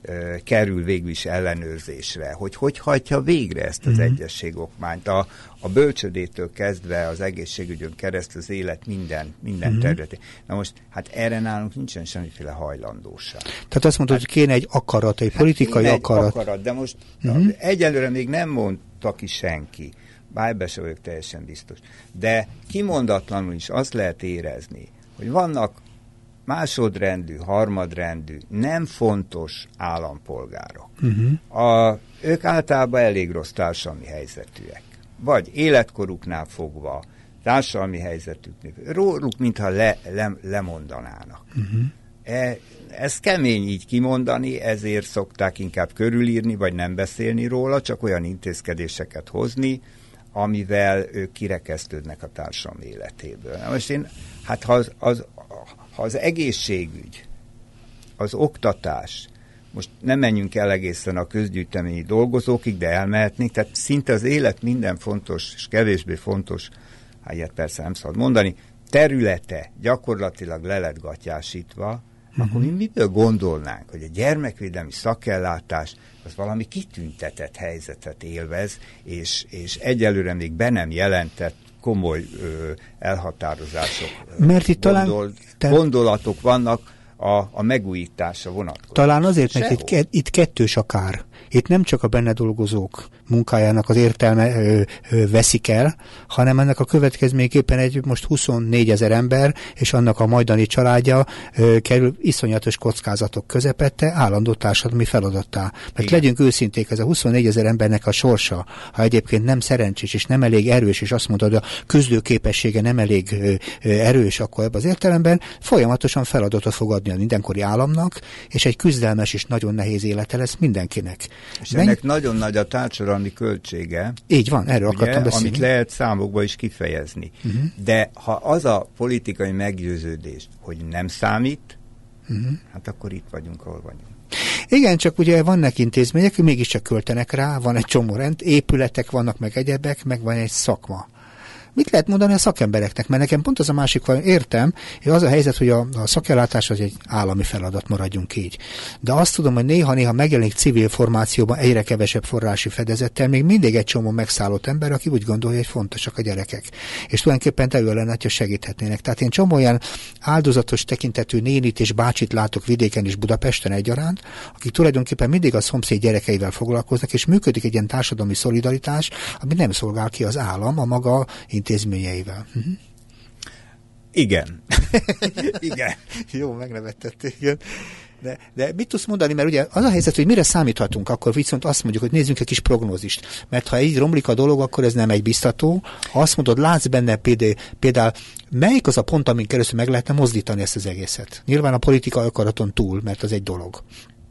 kerül végül is ellenőrzésre, hogy hogy hajtja végre ezt az mm-hmm. egyezségokmányt. A, a bölcsödétől kezdve az egészségügyön keresztül az élet minden, minden mm-hmm. területén. Na most, hát erre nálunk nincsen semmiféle hajlandóság. Tehát azt mondod, hát, hogy kéne egy akarat, egy hát politikai egy akarat. akarat. De most mm-hmm. egyelőre még nem mondta ki senki. Bár ebben sem vagyok teljesen biztos. De kimondatlanul is azt lehet érezni, hogy vannak másodrendű, harmadrendű, nem fontos állampolgárok. Uh-huh. A, ők általában elég rossz társadalmi helyzetűek. Vagy életkoruknál fogva, társadalmi helyzetüknél, róluk mintha le, le, lemondanának. Uh-huh. E, ez kemény így kimondani, ezért szokták inkább körülírni, vagy nem beszélni róla, csak olyan intézkedéseket hozni, amivel ők kirekesztődnek a társadalom életéből. Na most én, hát ha az, az ha az egészségügy, az oktatás, most nem menjünk el egészen a közgyűjteményi dolgozókig, de elmehetnénk, tehát szinte az élet minden fontos, és kevésbé fontos, hát ilyet persze nem szabad mondani, területe gyakorlatilag le lett gatyásítva, uh-huh. akkor mi miből gondolnánk, hogy a gyermekvédelmi szakellátás az valami kitüntetett helyzetet élvez, és, és egyelőre még be nem jelentett komoly ö, elhatározások, mert itt gondol, talán, te... gondolatok vannak a, a megújítása vonatkozóan. Talán azért, mert itt, itt kettős a kár. itt nem csak a benne dolgozók munkájának az értelme ö, ö, veszik el, hanem ennek a következményképpen egy most huszonnégyezer ember és annak a majdani családja ö, kerül iszonyatos kockázatok közepette állandó társadalmi feladattá. Mert igen, legyünk őszinték, ez a huszonnégyezer embernek a sorsa, ha egyébként nem szerencsés és nem elég erős, és azt mondod, hogy a küzdőképessége nem elég ö, ö, erős, akkor ebben az értelemben folyamatosan feladatot fog adni a mindenkori államnak, és egy küzdelmes és nagyon nehéz élete lesz mindenkinek. És ennek Menny... nagyon nagy a társadalmi költsége. Így van, erről ugye, akartam beszélni. Amit lehet számokba is kifejezni. Uh-huh. De ha az a politikai meggyőződés, hogy nem számít, uh-huh. hát akkor itt vagyunk, ahol vagyunk. Igen, csak ugye vannak intézmények, hogy mégiscsak költenek rá, van egy csomó rend, épületek vannak, meg egyebek, meg van egy szakma. Mit lehet mondani a szakembereknek? Mert nekem pont az a másik, hogy értem, és az a helyzet, hogy a, a szakellátás az egy állami feladat, maradjunk így. De azt tudom, hogy néha-néha megjelenik civil formációban egyre kevesebb forrási fedezettel, még mindig egy csomó megszállott ember, aki úgy gondolja, hogy fontosak a gyerekek. És tulajdonképpen te ő lenne, hogy segíthetnének. Tehát én csomó olyan áldozatos tekintetű nénit és bácsit látok vidéken és Budapesten egyaránt, akik tulajdonképpen mindig a szomszéd gyerekeivel foglalkoznak, és működik egy ilyen társadalmi szolidaritás, ami nem szolgál ki az állam a maga intézményeivel. Uh-huh. Igen. Igen. Jó, megnevettették. Igen. De, de mit tudsz mondani, mert ugye az a helyzet, hogy mire számíthatunk, akkor viszont azt mondjuk, hogy nézzünk egy kis prognózist. Mert ha így romlik a dolog, akkor ez nem egy biztató. Ha azt mondod, látsz benne például, például melyik az a pont, amin keresztül meg lehetne mozdítani ezt az egészet? Nyilván a politika akaraton túl, mert az egy dolog.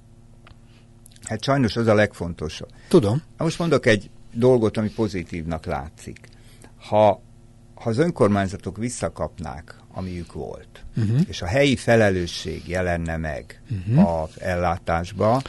Hát sajnos az a legfontosabb. Tudom. Most mondok egy dolgot, ami pozitívnak látszik. Ha, ha az önkormányzatok visszakapnák, amiük volt, uh-huh. és a helyi felelősség jelenne meg uh-huh. az ellátásba,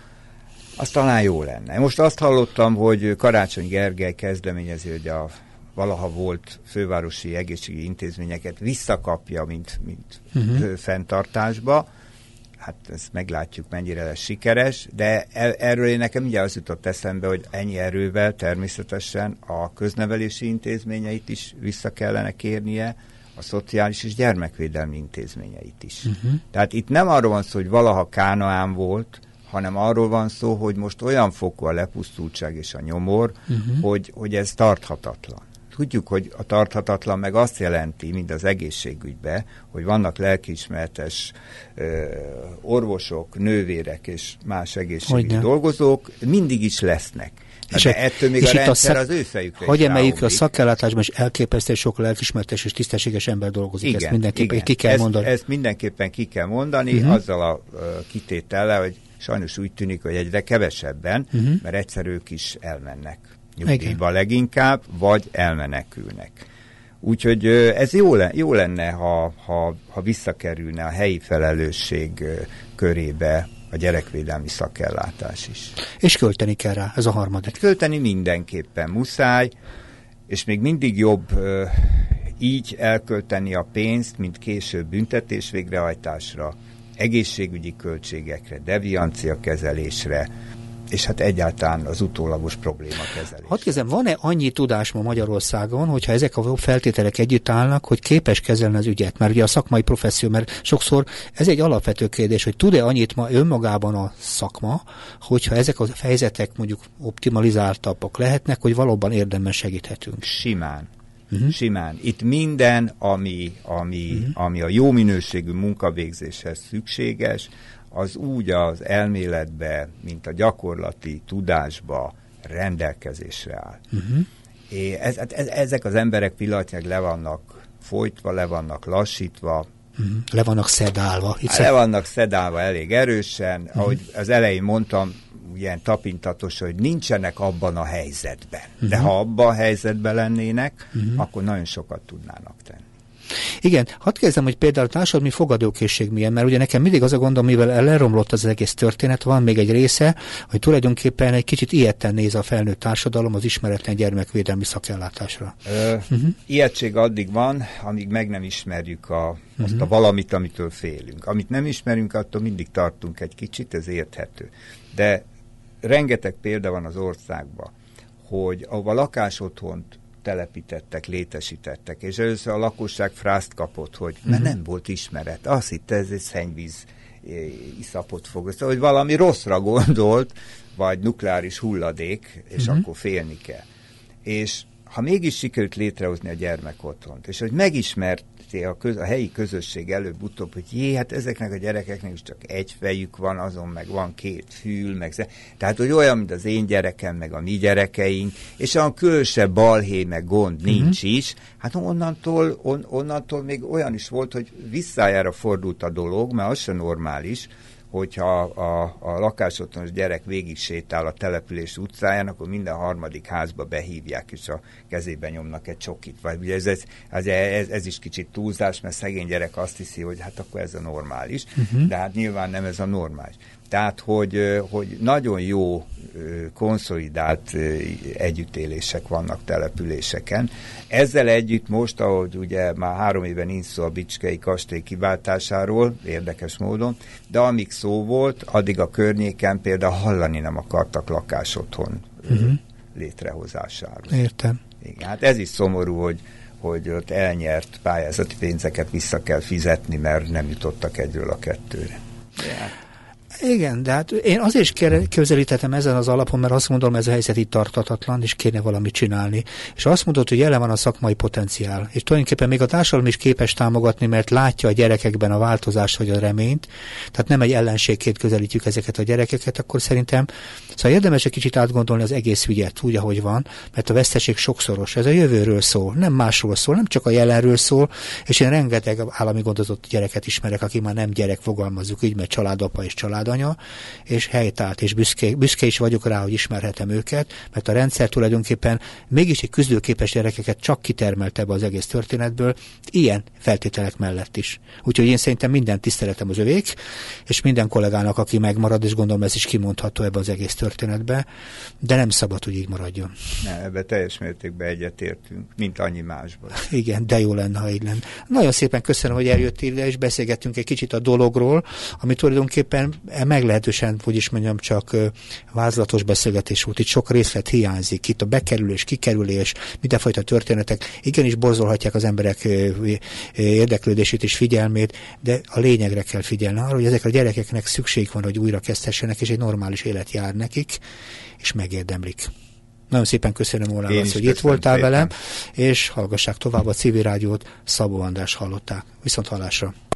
az talán jó lenne. Most azt hallottam, hogy Karácsony Gergely kezdeményezi, hogy a valaha volt fővárosi egészségügyi intézményeket visszakapja, mint, mint uh-huh. fenntartásba. Hát ezt meglátjuk, mennyire lesz sikeres, de erről én nekem ugye az jutott eszembe, hogy ennyi erővel természetesen a köznevelési intézményeit is vissza kellene kérnie, a szociális és gyermekvédelmi intézményeit is. Uh-huh. Tehát itt nem arról van szó, hogy valaha Kánaán volt, hanem arról van szó, hogy most olyan fokú a lepusztultság és a nyomor, uh-huh. hogy, hogy ez tarthatatlan. Tudjuk, hogy a tarthatatlan meg azt jelenti, mint az egészségügyben, hogy vannak lelkiismeretes ö, orvosok, nővérek és más egészségügyi Hogyne. dolgozók, mindig is lesznek. És de ettől még a rendszer szak... az ő fejükre Hogy emeljük a szakellátásban, és elképesztő sok lelkiismeretes és tisztességes ember dolgozik. Igen, ezt mindenképpen igen. ki kell ezt, mondani. Ezt mindenképpen ki kell mondani, uh-huh. azzal a uh, kitétellel, hogy sajnos úgy tűnik, hogy egyre kevesebben, uh-huh. mert egyszer ők is elmennek. Nyugdíjba leginkább, vagy elmenekülnek. Úgyhogy ez jó, le, jó lenne, ha, ha, ha visszakerülne a helyi felelősség körébe a gyerekvédelmi szakellátás is. És költeni kell rá, ez a harmadik. Költeni mindenképpen muszáj, és még mindig jobb így elkölteni a pénzt, mint később büntetés végrehajtásra, egészségügyi költségekre, deviancia kezelésre, és hát egyáltalán az utólagos probléma kezelés. Hadd kérdezem, van-e annyi tudás ma Magyarországon, hogyha ezek a feltételek együtt állnak, hogy képes kezelni az ügyet? Mert ugye a szakmai professzió, mert sokszor ez egy alapvető kérdés, hogy tud-e annyit ma önmagában a szakma, hogyha ezek a helyzetek mondjuk optimalizáltabbak lehetnek, hogy valóban érdemben segíthetünk? Simán. Uh-huh. Simán. Itt minden, ami, ami, uh-huh. ami a jó minőségű munkavégzéshez szükséges, az úgy az elméletbe, mint a gyakorlati tudásba rendelkezésre áll. Uh-huh. É, ez, ez, ezek az emberek pillanatnyilag le vannak folytva, le vannak lassítva. Uh-huh. Le vannak szedálva. Hát, le vannak szedálva elég erősen. Uh-huh. Ahogy az elején mondtam, ilyen tapintatos, hogy nincsenek abban a helyzetben. Uh-huh. De ha abban a helyzetben lennének, uh-huh. akkor nagyon sokat tudnának tenni. Igen, hadd kezdem, hogy például a társadalmi fogadókészség milyen, mert ugye nekem mindig az a gondom, mivel leromlott az egész történet, van még egy része, hogy tulajdonképpen egy kicsit ilyetten néz a felnőtt társadalom az ismeretlen gyermekvédelmi szakellátásra. Ö, uh-huh. Ijegység addig van, amíg meg nem ismerjük a, azt uh-huh. a valamit, amitől félünk. Amit nem ismerünk, attól mindig tartunk egy kicsit, ez érthető. De rengeteg példa van az országban, hogy ahova lakásotthont telepítettek, létesítettek, és először a lakosság frászt kapott, hogy uh-huh. mert nem volt ismeret. Azt hitte, ez egy szennyvíz iszapot fog. Szóval, hogy valami rosszra gondolt, vagy nukleáris hulladék, és uh-huh. akkor félni kell. És ha mégis sikerült létrehozni a gyermekotthont, és hogy megismert A, köz, a helyi közösség előbb-utóbb, hogy jé, hát ezeknek a gyerekeknek is csak egy fejük van, azon meg van két fül, meg ze... tehát, hogy olyan, mint az én gyerekem, meg a mi gyerekeink, és olyan különösebb balhé, meg gond uh-huh. nincs is, hát onnantól, on, onnantól még olyan is volt, hogy visszájára fordult a dolog, mert az sem normális, hogyha a, a lakásotthonos gyerek végig sétál a település utcáján, akkor minden harmadik házba behívják, és a kezébe nyomnak egy csokit. Vagy ugye ez, ez, ez, ez is kicsit túlzás, mert szegény gyerek azt hiszi, hogy hát akkor ez a normális, uh-huh. de hát nyilván nem ez a normális. Tehát, hogy, hogy nagyon jó konszolidált együttélések vannak településeken. Ezzel együtt most, ahogy ugye már három éve nincs szó a Bicskei kastély kiváltásáról, érdekes módon, de amíg szó volt, addig a környéken például hallani nem akartak lakásotthon uh-huh. létrehozásáról. Értem. Igen, hát ez is szomorú, hogy hogy ott elnyert pályázati pénzeket vissza kell fizetni, mert nem jutottak egyről a kettőre. Ja. Igen, de hát én azért is közelítettem ezen az alapon, mert azt mondom, ez a helyzet itt tartatatlan, és kéne valamit csinálni. És azt mondod, hogy jelen van a szakmai potenciál. És tulajdonképpen még a társadalom is képes támogatni, mert látja a gyerekekben a változást, vagy a reményt. Tehát nem egy ellenségként közelítjük ezeket a gyerekeket, akkor szerintem szóval érdemes egy kicsit átgondolni az egész ügyet, úgy, ahogy van, mert a veszteség sokszoros. Ez a jövőről szól, nem másról szól, nem csak a jelenről szól, és én rengeteg állami gondozott gyereket ismerek, aki már nem gyerek, fogalmazzuk így, mert családapa és családanya, és helytált, és büszke, büszke is vagyok rá, hogy ismerhetem őket, mert a rendszer tulajdonképpen mégis egy küzdőképes gyerekeket csak kitermelt ebbe az egész történetből, ilyen feltételek mellett is. Úgyhogy én szerintem minden tiszteletem az övék, és minden kollégának, aki megmarad, és gondolom ez is kimondható ebbe az egész történetbe, de nem szabad, hogy így maradjon. Ne, ebbe teljes mértékben egyetértünk, mint annyi másban. Igen, de jó lenne, ha így lenne. Nagyon szépen köszönöm, hogy eljöttél ide, és beszélgettünk egy kicsit a dologról, ami tulajdonképpen meglehetősen, hogy is mondjam, csak vázlatos beszélgetés volt. Itt sok részlet hiányzik. Itt a bekerülés, kikerülés, mindenfajta történetek igenis borzolhatják az emberek érdeklődését és figyelmét, de a lényegre kell figyelni arra, hogy ezekre a gyerekeknek szükség van, hogy újra kezdhessenek, és egy normális élet jár nekik, és megérdemlik. Nagyon szépen köszönöm, Molnár, azt, hogy itt voltál szépen velem, és hallgassák tovább a Civil Rádiót, Szabó András hallották. Viszont hallásra!